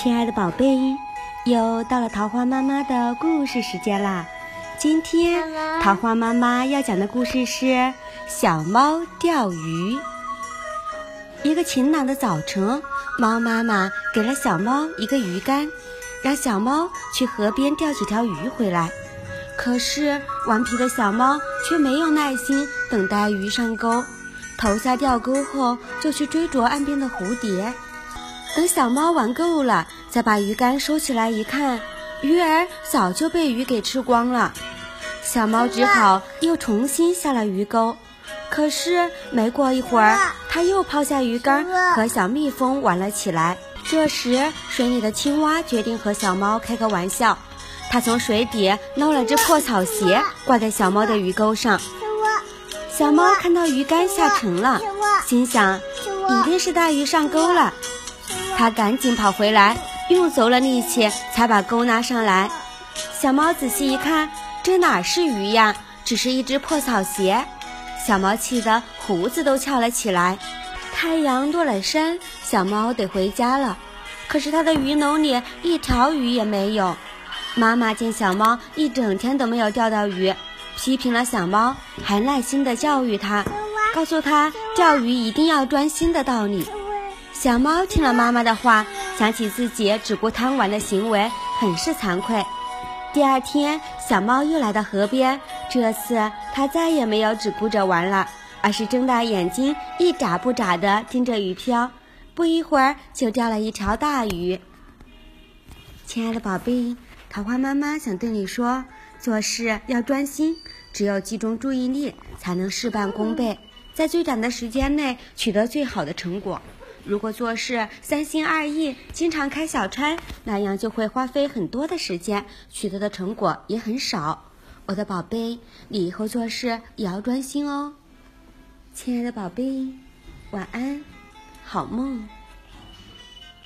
亲爱的宝贝，又到了桃花妈妈的故事时间啦！今天桃花妈妈要讲的故事是小猫钓鱼。一个晴朗的早晨，猫妈妈给了小猫一个鱼竿，让小猫去河边钓几条鱼回来。可是顽皮的小猫却没有耐心等待鱼上钩，投下钓钩后就去追逐岸边的蝴蝶。等小猫玩够了，再把鱼竿收起来一看，鱼儿早就被鱼给吃光了。小猫只好又重新下了鱼钩，可是没过一会儿，它又抛下鱼竿和小蜜蜂玩了起来。这时水里的青蛙决定和小猫开个玩笑，它从水底捞了只破草鞋挂在小猫的鱼钩上。小猫看到鱼竿下沉了，心想一定是大鱼上钩了，他赶紧跑回来，用足了力气才把钩拿上来。小猫仔细一看，这哪是鱼呀，只是一只破草鞋。小猫气得胡子都翘了起来。太阳落了山，小猫得回家了，可是它的鱼笼里一条鱼也没有。妈妈见小猫一整天都没有钓到鱼，批评了小猫，还耐心地教育它，告诉它钓鱼一定要专心的道理。小猫听了妈妈的话，想起自己只顾贪玩的行为，很是惭愧。第二天，小猫又来到河边，这次它再也没有只顾着玩了，而是睁大眼睛一眨不眨地盯着鱼漂，不一会儿就钓了一条大鱼。亲爱的宝贝，桃花妈妈想对你说，做事要专心，只有集中注意力，才能事半功倍，在最短的时间内取得最好的成果。如果做事三心二意，经常开小差，那样就会花费很多的时间，取得的成果也很少。我的宝贝，你以后做事也要专心哦。亲爱的宝贝，晚安，好梦。